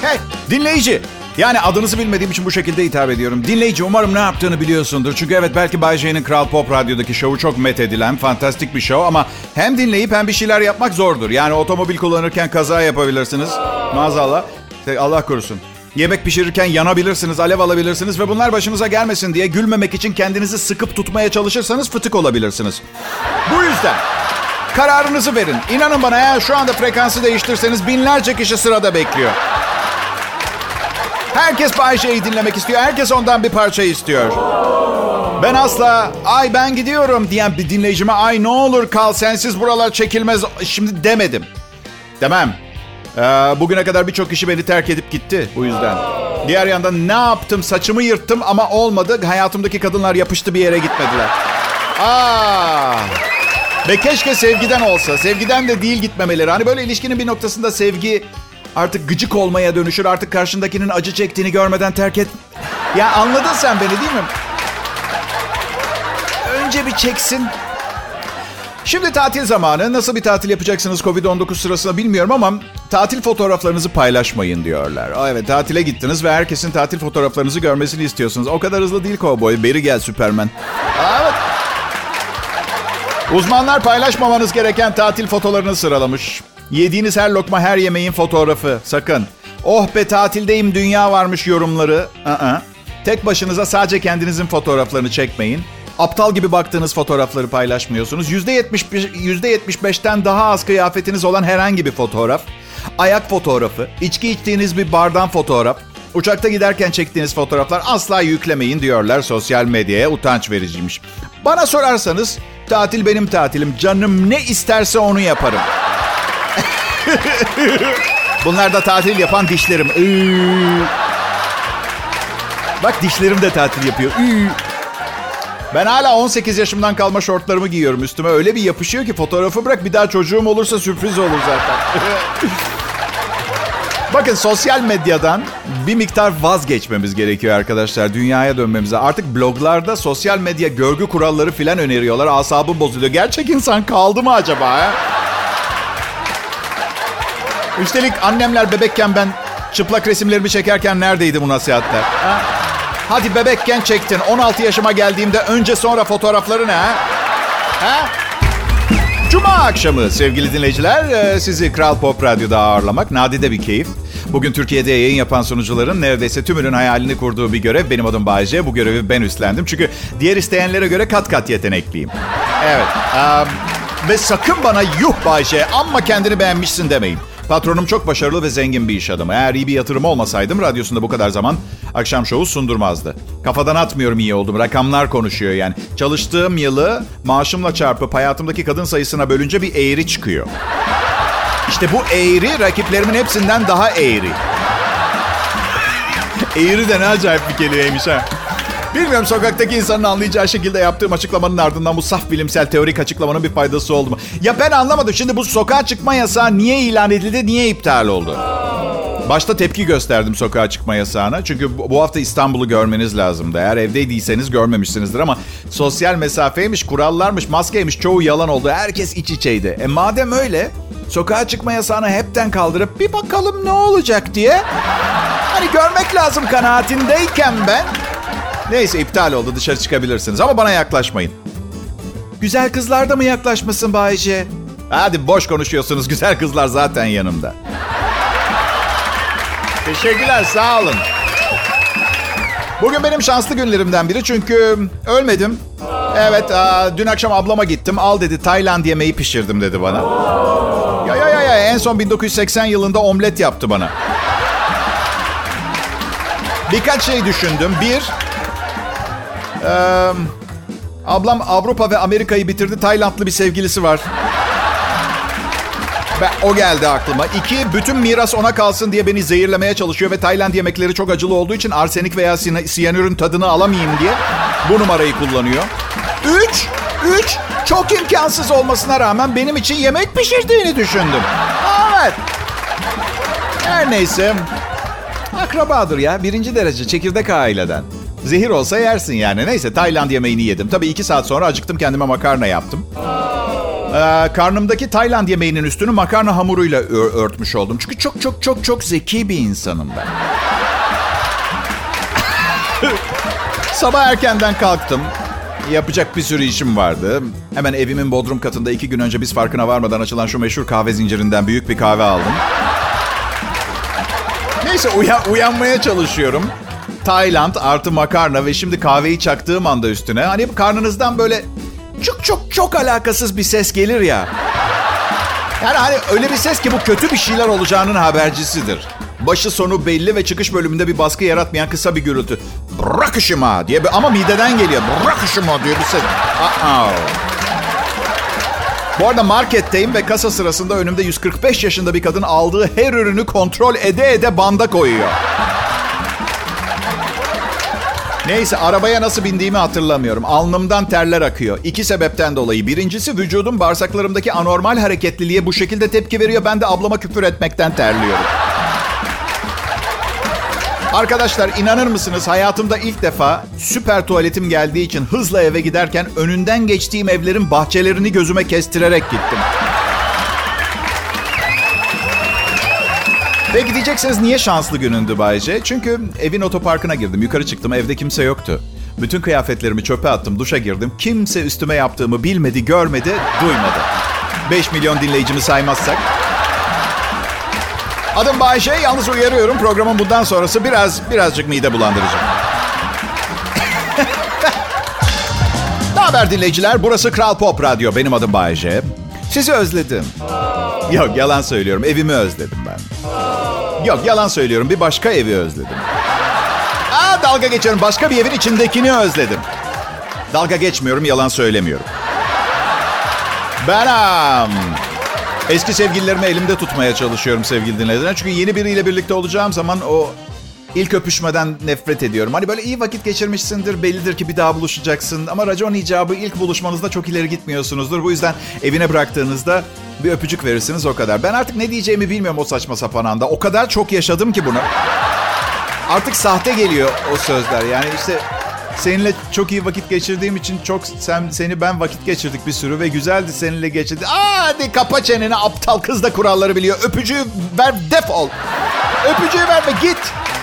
Hey dinleyici. Yani adınızı bilmediğim için bu şekilde hitap ediyorum. Dinleyici, umarım ne yaptığını biliyorsundur. Çünkü evet, belki Bay J'nin Kral Pop Radyo'daki şovu çok methedilen, fantastik bir şov. Ama hem dinleyip hem bir şeyler yapmak zordur. Yani otomobil kullanırken kaza yapabilirsiniz. Maazallah. Allah korusun. Yemek pişirirken yanabilirsiniz, alev alabilirsiniz. Ve bunlar başınıza gelmesin diye gülmemek için kendinizi sıkıp tutmaya çalışırsanız fıtık olabilirsiniz. Bu yüzden kararınızı verin. İnanın bana, eğer şu anda frekansı değiştirseniz binlerce kişi sırada bekliyor. Herkes Bay J'yi dinlemek istiyor. Herkes ondan bir parça istiyor. Ben asla "ay ben gidiyorum" diyen bir dinleyicime "ay ne olur kal, sensiz buralar çekilmez" şimdi demedim. Demem. Bugüne kadar birçok kişi beni terk edip gitti bu yüzden. Diğer yandan ne yaptım? Saçımı yırttım ama olmadı. Hayatımdaki kadınlar yapıştı, bir yere gitmediler. Ve keşke sevgiden olsa. Sevgiden de değil gitmemeleri. Hani böyle ilişkinin bir noktasında sevgi artık gıcık olmaya dönüşür. Artık karşındakinin acı çektiğini görmeden terk et. Ya anladın sen beni değil mi? Önce bir çeksin. Şimdi tatil zamanı. Nasıl bir tatil yapacaksınız Covid-19 sırasında bilmiyorum ama tatil fotoğraflarınızı paylaşmayın diyorlar. Evet, tatile gittiniz ve herkesin tatil fotoğraflarınızı görmesini istiyorsunuz. O kadar hızlı değil kovboy. Beri gel Süpermen. Evet. Uzmanlar paylaşmamanız gereken tatil fotoğraflarını sıralamış. Yediğiniz her lokma, her yemeğin fotoğrafı. Sakın. "Oh be tatildeyim, dünya varmış" yorumları. Tek başınıza sadece kendinizin fotoğraflarını çekmeyin. Aptal gibi baktığınız fotoğrafları paylaşmıyorsunuz. %75'ten daha az kıyafetiniz olan herhangi bir fotoğraf. Ayak fotoğrafı, içki içtiğiniz bir bardan fotoğraf, uçakta giderken çektiğiniz fotoğraflar asla yüklemeyin diyorlar sosyal medyaya. Utanç vericiymiş. Bana sorarsanız tatil benim tatilim. Canım ne isterse onu yaparım. Bunlar da tatil yapan dişlerim. Bak, dişlerim de tatil yapıyor. Ben hala 18 yaşımdan kalma şortlarımı giyiyorum üstüme. Öyle bir yapışıyor ki fotoğrafı bırak, bir daha çocuğum olursa sürpriz olur zaten. Bakın, sosyal medyadan bir miktar vazgeçmemiz gerekiyor arkadaşlar. Dünyaya dönmemize. Artık bloglarda sosyal medya görgü kuralları filan öneriyorlar. Asabım bozuluyor. Gerçek insan kaldı mı acaba? He? Üstelik annemler bebekken ben çıplak resimlerimi çekerken neredeydi bu nasihatler? Ha? Hadi bebekken çektin. 16 yaşıma geldiğimde önce sonra fotoğrafları ne? Ha? Cuma akşamı sevgili dinleyiciler, sizi Kral Pop Radyo'da ağırlamak nadide bir keyif. Bugün Türkiye'de yayın yapan sunucuların neredeyse tümünün hayalini kurduğu bir görev. Benim adım Bay J. Bu görevi ben üstlendim. Çünkü diğer isteyenlere göre kat kat yetenekliyim. Evet. Ve sakın bana "yuh Bay J, amma kendini beğenmişsin" demeyin. Patronum çok başarılı ve zengin bir iş adamı. Eğer iyi bir yatırım olmasaydım radyosunda bu kadar zaman akşam şovu sundurmazdı. Kafadan atmıyorum iyi oldum. Rakamlar konuşuyor yani. Çalıştığım yılı maaşımla çarpıp hayatımdaki kadın sayısına bölünce bir eğri çıkıyor. İşte bu eğri rakiplerimin hepsinden daha eğri. Eğri de ne acayip bir kelimeymiş ha. Bilmiyorum, sokaktaki insanın anlayacağı şekilde yaptığım açıklamanın ardından bu saf bilimsel teorik açıklamanın bir faydası oldu mu? Ya ben anlamadım. Şimdi bu sokağa çıkma yasağı niye ilan edildi, niye iptal oldu? Başta tepki gösterdim sokağa çıkma yasağına. Çünkü bu hafta İstanbul'u görmeniz lazımdı. Eğer evdeydiyseniz görmemişsinizdir ama sosyal mesafeymiş, kurallarmış, maskeymiş, çoğu yalan oldu. Herkes iç içeydi. Madem öyle, sokağa çıkma yasağını hepten kaldırıp bir bakalım ne olacak diye. Hani görmek lazım kanaatindeyken ben. Neyse, iptal oldu, dışarı çıkabilirsiniz ama bana yaklaşmayın. Güzel kızlar da mı yaklaşmasın Bayce? Hadi boş konuşuyorsunuz, güzel kızlar zaten yanımda. Teşekkürler, sağ olun. Bugün benim şanslı günlerimden biri çünkü ölmedim. Evet, dün akşam ablama gittim. Al dedi, Tayland yemeği pişirdim dedi bana. Ya en son 1980 yılında omlet yaptı bana. Birkaç şey düşündüm. Bir, ablam Avrupa ve Amerika'yı bitirdi. Taylandlı bir sevgilisi var. O geldi aklıma. İki, bütün miras ona kalsın diye beni zehirlemeye çalışıyor ve Tayland yemekleri çok acılı olduğu için arsenik veya siyanürün tadını alamayayım diye bu numarayı kullanıyor. Üç, çok imkansız olmasına rağmen benim için yemek pişirdiğini düşündüm. Evet. Her neyse. Akrabadır ya. 1. derece çekirdek aileden. Zehir olsa yersin yani. Neyse, Tayland yemeğini yedim. Tabii 2 saat sonra acıktım, kendime makarna yaptım. Karnımdaki Tayland yemeğinin üstünü makarna hamuruyla örtmüş oldum. Çünkü çok zeki bir insanım ben. Sabah erkenden kalktım. Yapacak bir sürü işim vardı. Hemen evimin bodrum katında 2 gün önce biz farkına varmadan açılan şu meşhur kahve zincirinden büyük bir kahve aldım. Neyse uyanmaya çalışıyorum. Tayland artı makarna ve şimdi kahveyi çaktığım anda üstüne. Hani karnınızdan böyle çok alakasız bir ses gelir ya. Yani hani öyle bir ses ki bu kötü bir şeyler olacağının habercisidir. Başı sonu belli ve çıkış bölümünde bir baskı yaratmayan kısa bir gürültü. Bırak işime diye ama mideden geliyor. Bırak işime diye bir ses. Bu arada marketteyim ve kasa sırasında önümde 145 yaşında bir kadın aldığı her ürünü kontrol ede banda koyuyor. Neyse arabaya nasıl bindiğimi hatırlamıyorum. Alnımdan terler akıyor. 2 sebepten dolayı. Birincisi vücudum bağırsaklarımdaki anormal hareketliliğe bu şekilde tepki veriyor. Ben de ablama küfür etmekten terliyorum. Arkadaşlar inanır mısınız hayatımda ilk defa süper tuvaletim geldiği için hızla eve giderken önünden geçtiğim evlerin bahçelerini gözüme kestirerek gittim. Peki diyeceksiniz niye şanslı günündü Bayce? Çünkü evin otoparkına girdim. Yukarı çıktım. Evde kimse yoktu. Bütün kıyafetlerimi çöpe attım. Duşa girdim. Kimse üstüme yaptığımı bilmedi, görmedi, duymadı. 5 milyon dinleyicimi saymazsak. Adım Bayce. Yalnız uyarıyorum. Programın bundan sonrası birazcık mide bulandırıcı. Ne haber dinleyiciler? Burası Kral Pop Radyo. Benim adım Bayce. Sizi özledim. Yok yalan söylüyorum. Evimi özledim ben. Yok yalan söylüyorum. Bir başka evi özledim. Dalga geçiyorum. Başka bir evin içindekini özledim. Dalga geçmiyorum. Yalan söylemiyorum. Eski sevgililerimi elimde tutmaya çalışıyorum sevgili dinleyiciler. Çünkü yeni biriyle birlikte olacağım zaman o ilk öpüşmeden nefret ediyorum. Hani böyle iyi vakit geçirmişsindir, bellidir ki bir daha buluşacaksın. Ama racon icabı ilk buluşmanızda çok ileri gitmiyorsunuzdur. Bu yüzden evine bıraktığınızda bir öpücük verirsiniz o kadar. Ben artık ne diyeceğimi bilmiyorum o saçma sapan anda. O kadar çok yaşadım ki bunu. Artık sahte geliyor o sözler. Yani işte seninle çok iyi vakit geçirdiğim için seni ben vakit geçirdik bir sürü ve güzeldi seninle geçirdi. Hadi kapa çeneni aptal kız da kuralları biliyor. Öpücüğü ver defol. Öpücüğü verme git.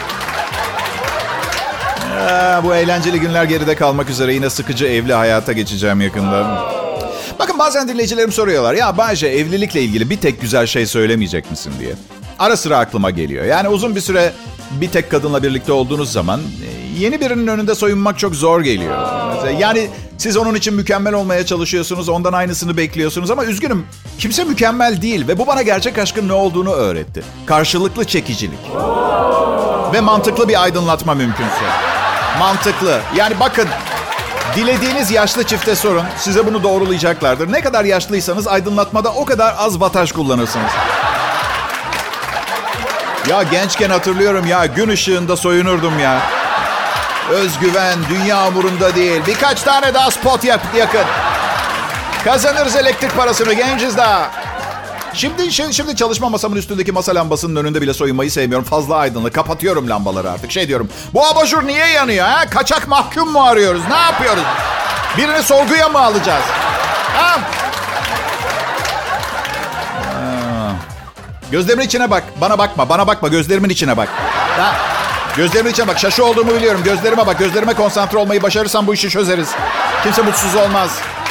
Bu eğlenceli günler geride kalmak üzere yine sıkıcı evli hayata geçeceğim yakında. Bakın bazen dinleyicilerim soruyorlar. Ya Bayce evlilikle ilgili bir tek güzel şey söylemeyecek misin diye. Ara sıra aklıma geliyor. Yani uzun bir süre bir tek kadınla birlikte olduğunuz zaman yeni birinin önünde soyunmak çok zor geliyor. Yani siz onun için mükemmel olmaya çalışıyorsunuz. Ondan aynısını bekliyorsunuz ama üzgünüm. Kimse mükemmel değil ve bu bana gerçek aşkın ne olduğunu öğretti. Karşılıklı çekicilik. Ve mantıklı bir aydınlatma mümkünse. Mantıklı. Yani bakın dilediğiniz yaşlı çifte sorun. Size bunu doğrulayacaklardır. Ne kadar yaşlıysanız aydınlatmada o kadar az vataj kullanırsınız. Ya gençken hatırlıyorum ya gün ışığında soyunurdum ya. Özgüven dünya umurunda değil. Birkaç tane daha spot yakın. Kazanırız elektrik parasını genciz daha. Şimdi çalışma masamın üstündeki masa lambasının önünde bile soyunmayı sevmiyorum. Fazla aydınlık. Kapatıyorum lambaları artık. Diyorum. Bu abajur niye yanıyor? Ha? Kaçak mahkum mu arıyoruz? Ne yapıyoruz? Birini sorguya mı alacağız? Ha? Gözlerimin içine bak. Bana bakma. Gözlerimin içine bak. Ha? Gözlerimin içine bak. Şaşı olduğumu biliyorum. Gözlerime bak. Gözlerime konsantre olmayı başarırsam bu işi çözeriz. Kimse mutsuz olmaz.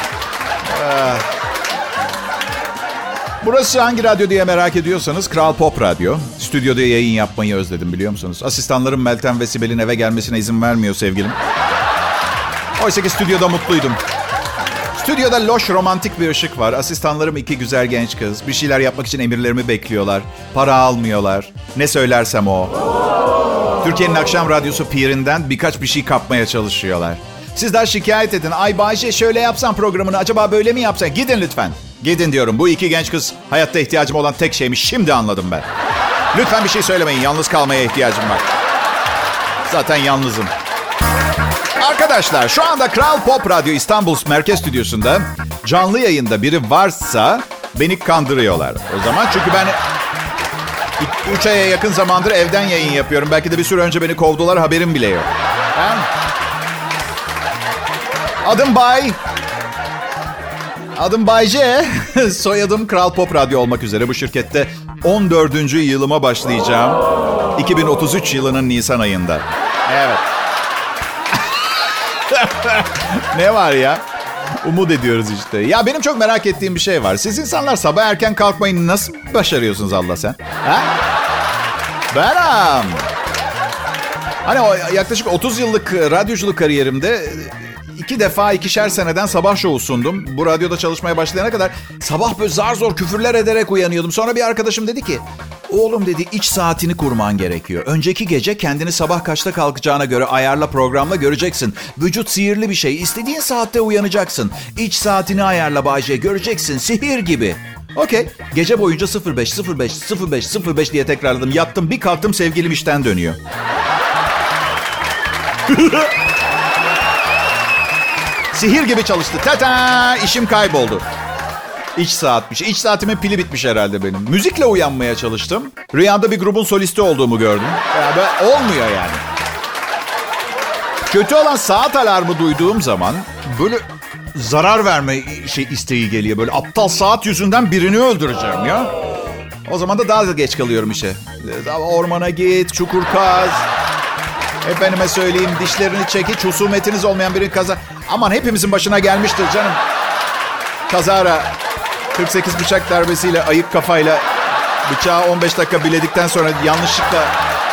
Burası hangi radyo diye merak ediyorsanız Kral Pop Radyo. Stüdyoda yayın yapmayı özledim biliyor musunuz? Asistanlarım Meltem ve Sibel'in eve gelmesine izin vermiyor sevgilim. Oysa ki stüdyoda mutluydum. Stüdyoda loş romantik bir ışık var. Asistanlarım 2 güzel genç kız. Bir şeyler yapmak için emirlerimi bekliyorlar. Para almıyorlar. Ne söylersem o. Türkiye'nin akşam radyosu Pir'inden birkaç bir şey kapmaya çalışıyorlar. Sizler şikayet edin. Ay Bayce şöyle yapsan programını acaba böyle mi yapsan? Gidin lütfen. Gidin diyorum. Bu 2 genç kız hayatta ihtiyacım olan tek şeymiş. Şimdi anladım ben. Lütfen bir şey söylemeyin. Yalnız kalmaya ihtiyacım var. Zaten yalnızım. Arkadaşlar şu anda Kral Pop Radyo İstanbul Merkez Stüdyosu'nda canlı yayında biri varsa beni kandırıyorlar. O zaman çünkü ben 3 aya yakın zamandır evden yayın yapıyorum. Belki de bir süre önce beni kovdular haberim bile yok. Ha? Adım Bay. Adım Bayce. Soyadım Kral Pop Radyo olmak üzere bu şirkette 14. yılıma başlayacağım. 2033 yılının Nisan ayında. Evet. Ne var ya? Umut ediyoruz işte. Ya benim çok merak ettiğim bir şey var. Siz insanlar sabah erken kalkmayı nasıl başarıyorsunuz Allah sen? Ha? Benim. Hani o yaklaşık 30 yıllık radyoculuk kariyerimde 2 defa 2'şer seneden sabah şovu sundum. Bu radyoda çalışmaya başlayana kadar sabah böyle zar zor küfürler ederek uyanıyordum. Sonra bir arkadaşım dedi ki, oğlum dedi iç saatini kurman gerekiyor. Önceki gece kendini sabah kaçta kalkacağına göre ayarla, programla, göreceksin. Vücut sihirli bir şey. İstediğin saatte uyanacaksın. İç saatini ayarla Bayce, göreceksin sihir gibi. Okey. Gece boyunca 05, 05, 05, 05 diye tekrarladım. Yattım, bir kalktım, sevgilim işten dönüyor. Sihir gibi çalıştı. Tata! İşim kayboldu. İç saatmiş. İç saatimin pili bitmiş herhalde benim. Müzikle uyanmaya çalıştım. Rüyamda bir grubun solisti olduğumu gördüm. Yani olmuyor yani. Kötü olan saat alarmı duyduğum zaman böyle zarar verme isteği geliyor. Böyle aptal saat yüzünden birini öldüreceğim ya. O zaman da daha geç kalıyorum işe. Ormana git, çukur kaz. Efendime söyleyeyim, dişlerini çek, hiç husumetiniz olmayan biri kaza. Aman hepimizin başına gelmiştir canım. Kazara 48 bıçak darbesiyle, ayık kafayla bıçağı 15 dakika biledikten sonra yanlışlıkla...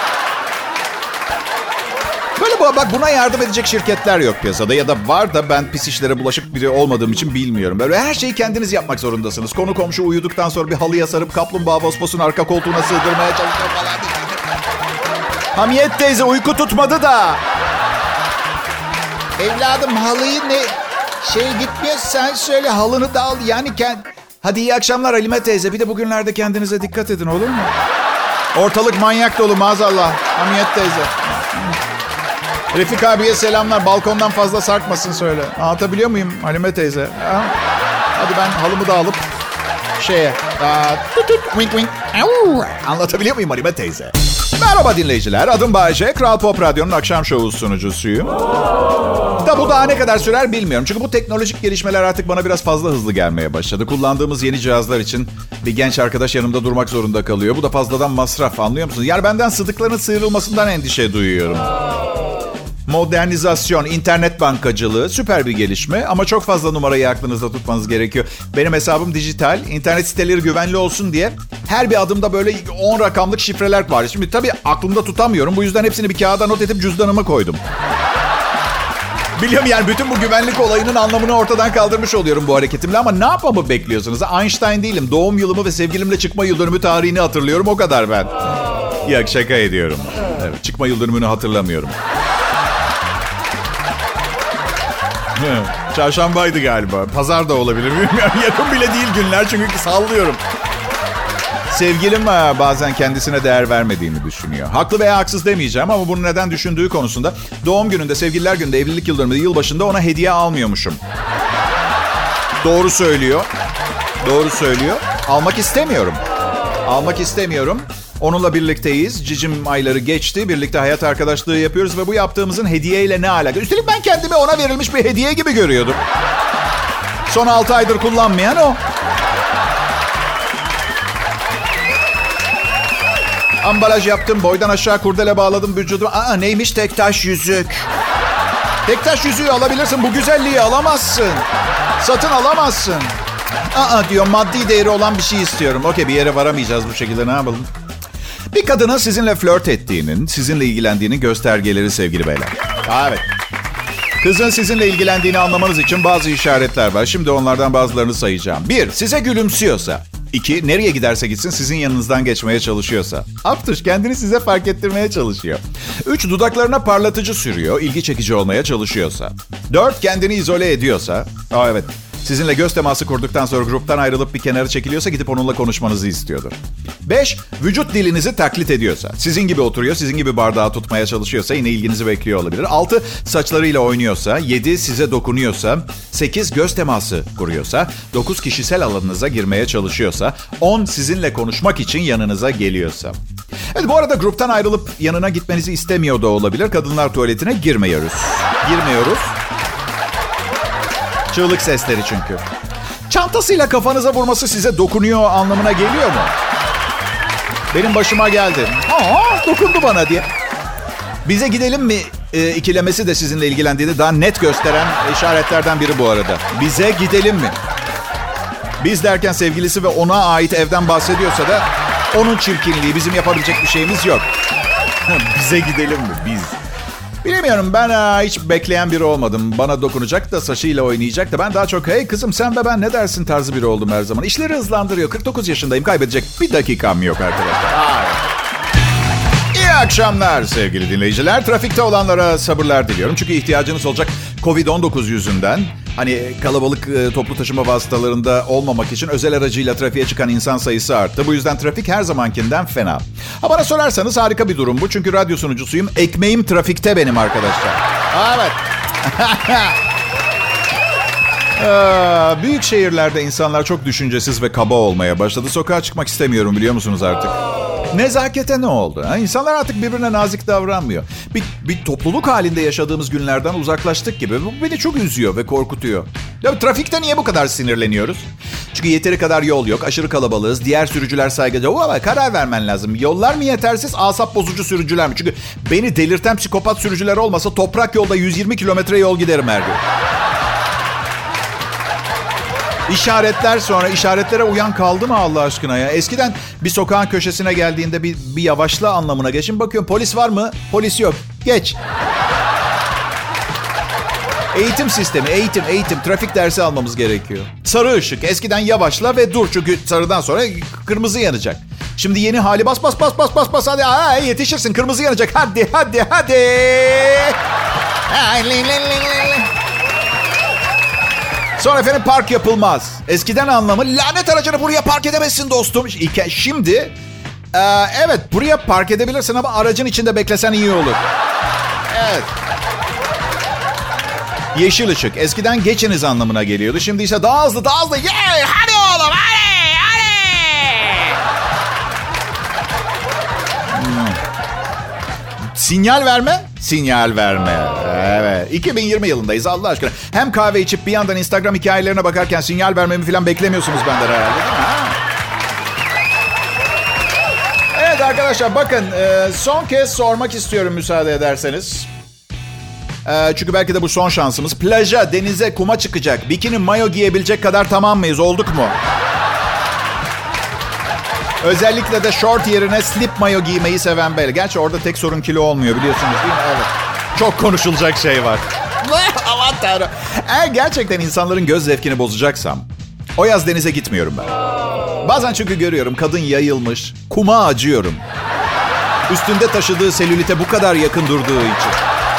Böyle bak, buna yardım edecek şirketler yok piyasada. Ya da var da ben pis işlere bulaşık biri olmadığım için bilmiyorum. Böyle her şeyi kendiniz yapmak zorundasınız. Konu komşu uyuduktan sonra bir halıya sarıp kaplumbağa Vospos'un arka koltuğuna sığdırmaya çalışıyor falan. Hamiyet teyze uyku tutmadı da. Evladım halıyı ne... gitmiyor, sen söyle halını da al. Yani hadi iyi akşamlar Halime teyze. Bir de bugünlerde kendinize dikkat edin, olur mu? Ortalık manyak dolu maazallah. Hamiyet teyze. Refik abiye selamlar. Balkondan fazla sarkmasın söyle. Anlatabiliyor muyum Halime teyze? Ha? Hadi ben halımı da alıp wink wink. Anlatabiliyor muyum Halime teyze? Merhaba dinleyiciler. Adım Bayce. Kral Pop Radyo'nun akşam şovu sunucusuyum. Da bu daha ne kadar sürer bilmiyorum. Çünkü bu teknolojik gelişmeler artık bana biraz fazla hızlı gelmeye başladı. Kullandığımız yeni cihazlar için bir genç arkadaş yanımda durmak zorunda kalıyor. Bu da fazladan masraf, anlıyor musunuz? Yani benden sıdıklarının sıyrılmasından endişe duyuyorum. Modernizasyon, internet bankacılığı süper bir gelişme ama çok fazla numarayı aklınızda tutmanız gerekiyor. Benim hesabım dijital, internet siteleri güvenli olsun diye her bir adımda böyle 10 rakamlık şifreler var. Şimdi tabii aklımda tutamıyorum, bu yüzden hepsini bir kağıda not edip cüzdanıma koydum. Biliyorum yani bütün bu güvenlik olayının anlamını ortadan kaldırmış oluyorum bu hareketimle ama ne yapmamı bekliyorsunuz? Einstein değilim, doğum yılımı ve sevgilimle çıkma yıl dönümü tarihini hatırlıyorum, o kadar ben. Yok, şaka ediyorum. Evet, çıkma yıl dönümünü hatırlamıyorum. Çarşambaydı galiba. Pazar da olabilir. Bilmiyorum. Yakın bile değil günler çünkü sallıyorum. Sevgilim bazen kendisine değer vermediğini düşünüyor. Haklı veya haksız demeyeceğim ama bunu neden düşündüğü konusunda doğum gününde, sevgililer gününde, evlilik yıl dönümünde, yılbaşında ona hediye almıyormuşum. Doğru söylüyor. Doğru söylüyor. Almak istemiyorum. Onunla birlikteyiz. Cicim ayları geçti. Birlikte hayat arkadaşlığı yapıyoruz ve bu yaptığımızın hediyeyle ne alaka? Üstelik ben kendimi ona verilmiş bir hediye gibi görüyordum. Son 6 aydır kullanmayan o. Ambalaj yaptım. Boydan aşağı kurdele bağladım vücuduma. Neymiş? Tektaş yüzük. Tektaş yüzüğü alabilirsin. Bu güzelliği alamazsın. Satın alamazsın. Diyor, maddi değeri olan bir şey istiyorum. Okey, bir yere varamayacağız bu şekilde, ne yapalım? Bir kadının sizinle flört ettiğinin, sizinle ilgilendiğinin göstergeleri sevgili beyler. Evet. Kızın sizinle ilgilendiğini anlamanız için bazı işaretler var. Şimdi onlardan bazılarını sayacağım. 1. Size gülümsüyorsa. 2. Nereye giderse gitsin sizin yanınızdan geçmeye çalışıyorsa. Aptuş kendini size fark ettirmeye çalışıyor. 3. Dudaklarına parlatıcı sürüyor, ilgi çekici olmaya çalışıyorsa. 4. Kendini izole ediyorsa. Evet. Sizinle göz teması kurduktan sonra gruptan ayrılıp bir kenara çekiliyorsa gidip onunla konuşmanızı istiyordur. 5. Vücut dilinizi taklit ediyorsa. Sizin gibi oturuyor, sizin gibi bardağı tutmaya çalışıyorsa yine ilginizi bekliyor olabilir. 6. Saçlarıyla oynuyorsa. 7. Size dokunuyorsa. 8. Göz teması kuruyorsa. 9. Kişisel alanınıza girmeye çalışıyorsa. 10. Sizinle konuşmak için yanınıza geliyorsa. Evet, bu arada gruptan ayrılıp yanına gitmenizi istemiyor da olabilir. Kadınlar tuvaletine girmiyoruz. Çığlık sesleri çünkü. Çantasıyla kafanıza vurması size dokunuyor anlamına geliyor mu? Benim başıma geldi. Dokundu bana diye. Bize gidelim mi ikilemesi de sizinle ilgilendiğini daha net gösteren işaretlerden biri bu arada. Bize gidelim mi? Biz derken sevgilisi ve ona ait evden bahsediyorsa da onun çirkinliği, bizim yapabilecek bir şeyimiz yok. Bize gidelim mi? Biz. Bilemiyorum, ben hiç bekleyen biri olmadım. Bana dokunacak da saçıyla oynayacak da ben daha çok hey kızım sen ve ben ne dersin tarzı biri oldum her zaman. İşleri hızlandırıyor. 49 yaşındayım, kaybedecek bir dakikam yok arkadaşlar. İyi akşamlar sevgili dinleyiciler. Trafikte olanlara sabırlar diliyorum. Çünkü ihtiyacınız olacak Covid-19 yüzünden. Hani kalabalık toplu taşıma vasıtalarında olmamak için özel aracıyla trafiğe çıkan insan sayısı arttı. Bu yüzden trafik her zamankinden fena. Ha, bana sorarsanız harika bir durum bu. Çünkü radyo sunucusuyum. Ekmeğim trafikte benim arkadaşlar. Evet. Büyük şehirlerde insanlar çok düşüncesiz ve kaba olmaya başladı. Sokağa çıkmak istemiyorum biliyor musunuz artık? Nezakete ne oldu? Ha? İnsanlar artık birbirine nazik davranmıyor. Bir topluluk halinde yaşadığımız günlerden uzaklaştık gibi. Bu beni çok üzüyor ve korkutuyor. Ya, trafikte niye bu kadar sinirleniyoruz? Çünkü yeteri kadar yol yok. Aşırı kalabalığız. Diğer sürücüler saygıca. Ama karar vermen lazım. Yollar mı yetersiz, asap bozucu sürücüler mi? Çünkü beni delirten psikopat sürücüler olmasa toprak yolda 120 kilometre yol giderim her gün. İşaretler sonra işaretlere uyan kaldı mı Allah aşkına ya? Eskiden bir sokağın köşesine geldiğinde bir yavaşla anlamına geçin. Bakıyorum polis var mı? Polis yok. Geç. Eğitim sistemi, eğitim. Trafik dersi almamız gerekiyor. Sarı ışık. Eskiden yavaşla ve dur. Çünkü sarıdan sonra kırmızı yanacak. Şimdi yeni hali bas. Hadi yetişirsin. Kırmızı yanacak. Hadi. Sonra efendim park yapılmaz. Eskiden anlamı lanet aracını buraya park edemezsin dostum. Şimdi evet buraya park edebilirsin ama aracın içinde beklesen iyi olur. Evet. Yeşil ışık. Eskiden geçiniz anlamına geliyordu. Şimdi ise daha hızlı. Yeah, hadi oğlum hadi. Sinyal verme. Evet. 2020 yılındayız Allah aşkına. Hem kahve içip bir yandan Instagram hikayelerine bakarken sinyal vermemi falan beklemiyorsunuz benden herhalde değil mi? Evet arkadaşlar bakın son kez sormak istiyorum müsaade ederseniz. Çünkü belki de bu son şansımız. Plaja, denize, kuma çıkacak. Bikini, mayo giyebilecek kadar tamam mıyız? Olduk mu? Özellikle de short yerine slip mayo giymeyi seven böyle. Gerçi orada tek sorun kilo olmuyor biliyorsunuz değil mi? Evet. Çok konuşulacak şey var. Aman tanrım. Eğer gerçekten insanların göz zevkini bozacaksam o yaz denize gitmiyorum ben. Bazen çünkü görüyorum kadın yayılmış. Kuma acıyorum. Üstünde taşıdığı selülite bu kadar yakın durduğu için.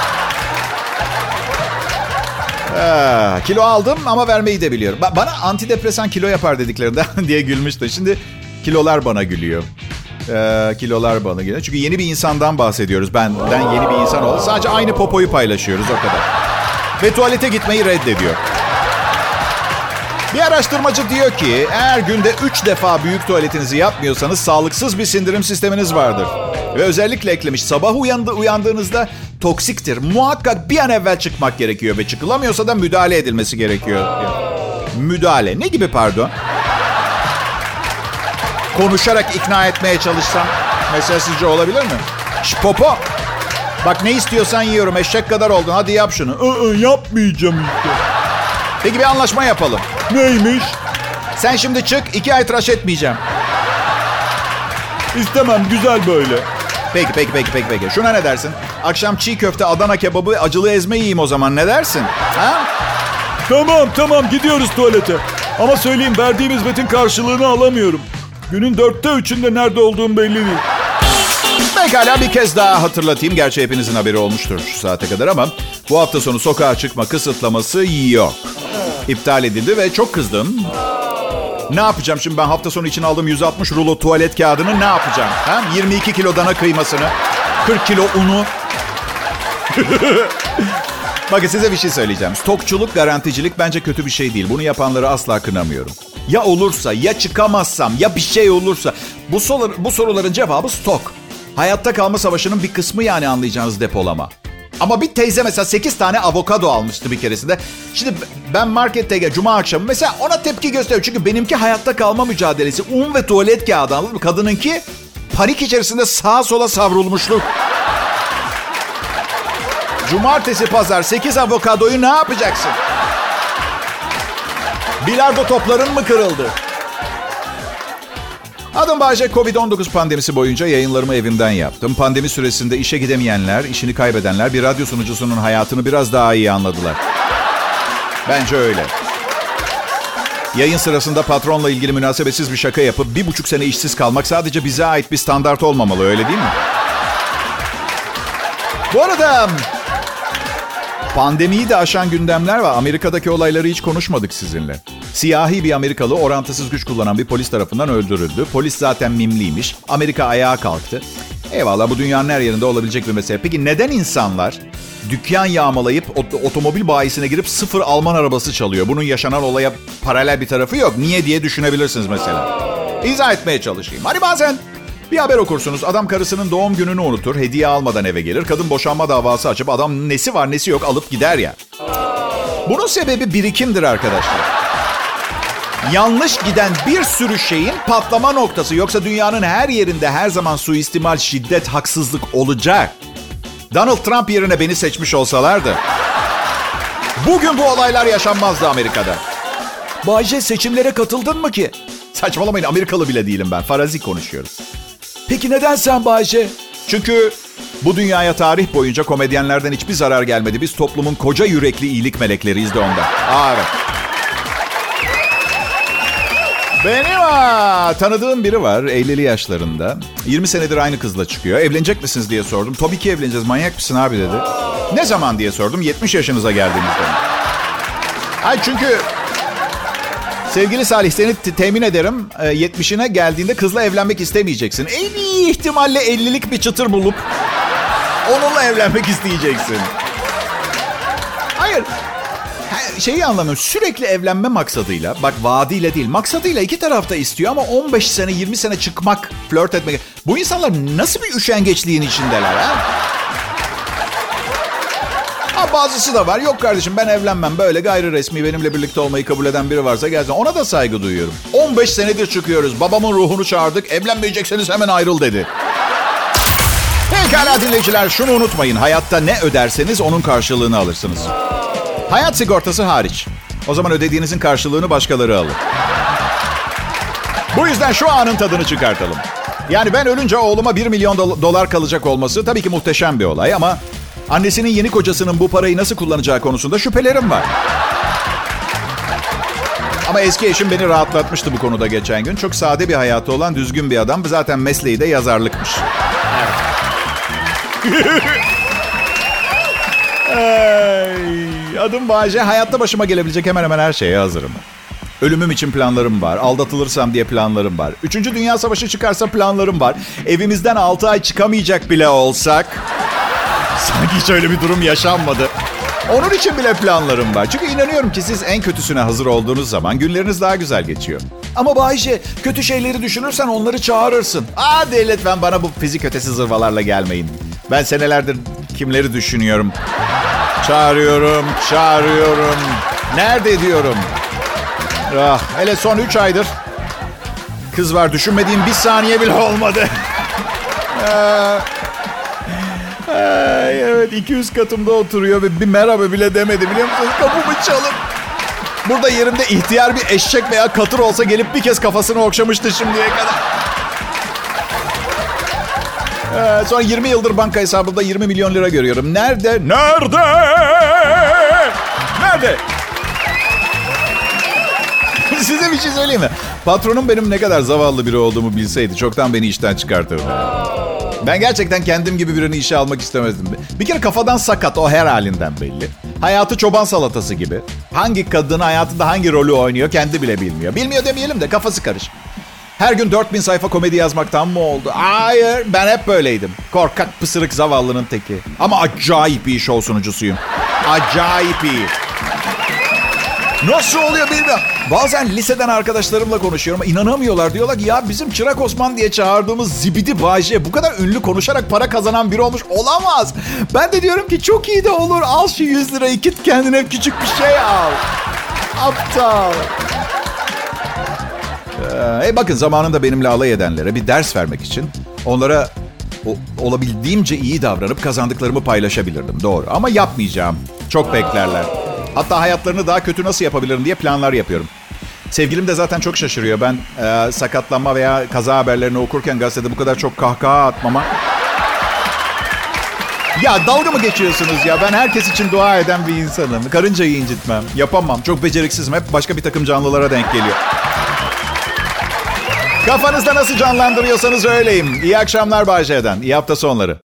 Kilo aldım ama vermeyi de biliyorum. Bana antidepresan kilo yapar dediklerinde diye gülmüştü. Şimdi kilolar bana gülüyor. Kilolar bana gülüyor. Çünkü yeni bir insandan bahsediyoruz. Benden yeni bir insan oldu. Sadece aynı popoyu paylaşıyoruz o kadar. Ve tuvalete gitmeyi reddediyor. Bir araştırmacı diyor ki eğer günde 3 defa büyük tuvaletinizi yapmıyorsanız sağlıksız bir sindirim sisteminiz vardır. Ve özellikle eklemiş sabah uyandığınızda toksiktir. Muhakkak bir an evvel çıkmak gerekiyor ve çıkılamıyorsa da müdahale edilmesi gerekiyor. Müdahale. Ne gibi pardon? Konuşarak ikna etmeye çalışsam mesela sizce olabilir mi? Popo. Bak ne istiyorsan yiyorum. Eşek kadar oldun. Hadi yap şunu. Yapmayacağım işte. Peki bir anlaşma yapalım. Neymiş? Sen şimdi çık. 2 ay tıraş etmeyeceğim. İstemem. Güzel böyle. Peki. Şuna ne dersin? Akşam çiğ köfte, Adana kebabı, acılı ezme yiyeyim o zaman. Ne dersin? Ha? Tamam. Gidiyoruz tuvalete. Ama söyleyeyim verdiğim hizmetin karşılığını alamıyorum. Günün 3'ünde nerede olduğum belli değil. Pekala bir kez daha hatırlatayım. Gerçi hepinizin haberi olmuştur şu saate kadar ama bu hafta sonu sokağa çıkma kısıtlaması yok. İptal edildi ve çok kızdım. Ne yapacağım şimdi ben hafta sonu için aldığım 160 rulo tuvalet kağıdını ne yapacağım? 22 kilo dana kıymasını, 40 kilo unu. Bakın size bir şey söyleyeceğim. Stokçuluk, garanticilik bence kötü bir şey değil. Bunu yapanları asla kınamıyorum. Ya olursa, ya çıkamazsam, ya bir şey olursa. Bu soruların cevabı stok. Hayatta kalma savaşının bir kısmı yani anlayacağınız depolama. Ama bir teyze mesela 8 tane avokado almıştı bir keresinde. Şimdi ben markette cuma akşamı mesela ona tepki gösteriyorum. Çünkü benimki hayatta kalma mücadelesi. Un ve tuvalet kağıdı, anladın mı? Kadınınki panik içerisinde sağa sola savrulmuşluk. Cumartesi, pazar 8 avokadoyu ne yapacaksın? Bilardo topların mı kırıldı? Adım Bayce. Covid-19 pandemisi boyunca yayınlarımı evimden yaptım. Pandemi süresinde işe gidemeyenler, işini kaybedenler bir radyo sunucusunun hayatını biraz daha iyi anladılar. Bence öyle. Yayın sırasında patronla ilgili münasebetsiz bir şaka yapıp 1,5 sene işsiz kalmak sadece bize ait bir standart olmamalı, öyle değil mi? Bu arada pandemiyi de aşan gündemler var. Amerika'daki olayları hiç konuşmadık sizinle. Siyahi bir Amerikalı orantısız güç kullanan bir polis tarafından öldürüldü. Polis zaten mimliymiş. Amerika ayağa kalktı. Eyvallah, bu dünyanın her yerinde olabilecek bir mesele. Peki neden insanlar dükkan yağmalayıp otomobil bayisine girip sıfır Alman arabası çalıyor? Bunun yaşanan olaya paralel bir tarafı yok. Niye diye düşünebilirsiniz mesela. İzah etmeye çalışayım. Hani bazen bir haber okursunuz. Adam karısının doğum gününü unutur. Hediye almadan eve gelir. Kadın boşanma davası açıp adam nesi var nesi yok alıp gider ya. Bunun sebebi birikimdir arkadaşlar. Yanlış giden bir sürü şeyin patlama noktası. Yoksa dünyanın her yerinde her zaman suistimal, şiddet, haksızlık olacak. Donald Trump yerine beni seçmiş olsalardı bugün bu olaylar yaşanmazdı Amerika'da. Bayce, seçimlere katıldın mı ki? Saçmalamayın, Amerikalı bile değilim ben. Farazi konuşuyorum. Peki neden sen Bayce? Çünkü bu dünyaya tarih boyunca komedyenlerden hiçbir zarar gelmedi. Biz toplumun koca yürekli iyilik melekleriyiz de ondan. Evet. Benim tanıdığım biri var, 50'li yaşlarında. 20 senedir aynı kızla çıkıyor. Evlenecek misiniz diye sordum. Tabii ki evleneceğiz, manyak mısın abi dedi. Ne zaman diye sordum. 70 yaşınıza geldiğinizde. Ay çünkü sevgili Salih, seni temin ederim 70'ine geldiğinde kızla evlenmek istemeyeceksin. En iyi ihtimalle 50'lik bir çıtır bulup onunla evlenmek isteyeceksin. Hayır. Şeyi anlamıyorum. Sürekli evlenme maksadıyla, bak vaadiyle değil, maksadıyla iki taraf da istiyor ama 15 sene, 20 sene çıkmak, flört etmek. Bu insanlar nasıl bir üşengeçliğin içindeler ha? Bazısı da var. Yok kardeşim, ben evlenmem. Böyle gayri resmi benimle birlikte olmayı kabul eden biri varsa gelsin. Ona da saygı duyuyorum. 15 senedir çıkıyoruz. Babamın ruhunu çağırdık. Evlenmeyecekseniz hemen ayrıl dedi. Pekala dinleyiciler, şunu unutmayın. Hayatta ne öderseniz onun karşılığını alırsınız. Hayat sigortası hariç. O zaman ödediğinizin karşılığını başkaları alır. Bu yüzden şu anın tadını çıkartalım. Yani ben ölünce oğluma 1 milyon dolar kalacak olması tabii ki muhteşem bir olay ama annesinin yeni kocasının bu parayı nasıl kullanacağı konusunda şüphelerim var. Ama eski eşim beni rahatlatmıştı bu konuda geçen gün. Çok sade bir hayatı olan düzgün bir adam. Zaten mesleği de yazarlıkmış. Adım Bayce. Hayatta başıma gelebilecek hemen hemen her şeye hazırım. Ölümüm için planlarım var. Aldatılırsam diye planlarım var. 3. Dünya Savaşı çıkarsa planlarım var. Evimizden 6 ay çıkamayacak bile olsak, sanki hiç öyle bir durum yaşanmadı, onun için bile planlarım var. Çünkü inanıyorum ki siz en kötüsüne hazır olduğunuz zaman günleriniz daha güzel geçiyor. Ama Bayce, kötü şeyleri düşünürsen onları çağırırsın. Hadi lütfen bana bu fizik ötesi zırvalarla gelmeyin. Ben senelerdir kimleri düşünüyorum. Çağırıyorum. Nerede diyorum. Hele son 3 aydır kız var, düşünmediğim bir saniye bile olmadı. Evet, 200 katımda oturuyor ve bir merhaba bile demedi, biliyor musunuz? Kapımı çalıp. Burada yerimde ihtiyar bir eşek veya katır olsa gelip bir kez kafasını okşamıştı şimdiye kadar. Sonra 20 yıldır banka hesabımda 20 milyon lira görüyorum. Nerede? Size bir şey söyleyeyim mi? Patronum benim ne kadar zavallı biri olduğumu bilseydi çoktan beni işten çıkartırdı. Ben gerçekten kendim gibi birini işe almak istemezdim. Bir kere kafadan sakat, o her halinden belli. Hayatı çoban salatası gibi. Hangi kadın hayatında hangi rolü oynuyor kendi bile bilmiyor. Bilmiyor demeyelim de kafası karışık. Her gün 4000 sayfa komedi yazmaktan mı oldu? Hayır, ben hep böyleydim. Korkak, pısırık, zavallının teki. Ama acayip iyi şov sunucusuyum. Acayip iyi. Nasıl oluyor bilmiyorum. Bazen liseden arkadaşlarımla konuşuyorum. İnanamıyorlar. Diyorlar ki ya bizim Çırak Osman diye çağırdığımız zibidi Bayce bu kadar ünlü konuşarak para kazanan biri olmuş olamaz. Ben de diyorum ki çok iyi de olur. Al şu 100 lirayı git kendine küçük bir şey al. Aptal. Bakın zamanında benimle alay edenlere bir ders vermek için onlara olabildiğimce iyi davranıp kazandıklarımı paylaşabilirdim. Doğru ama yapmayacağım. Çok beklerler. Hatta hayatlarını daha kötü nasıl yapabilirim diye planlar yapıyorum. Sevgilim de zaten çok şaşırıyor. Ben sakatlanma veya kaza haberlerini okurken gazetede bu kadar çok kahkaha atmama. Ya dalga mı geçiyorsunuz ya? Ben herkes için dua eden bir insanım. Karıncayı incitmem. Yapamam. Çok beceriksizim. Hep başka bir takım canlılara denk geliyor. Kafanızda nasıl canlandırıyorsanız öyleyim. İyi akşamlar Bay J'den. İyi hafta sonları.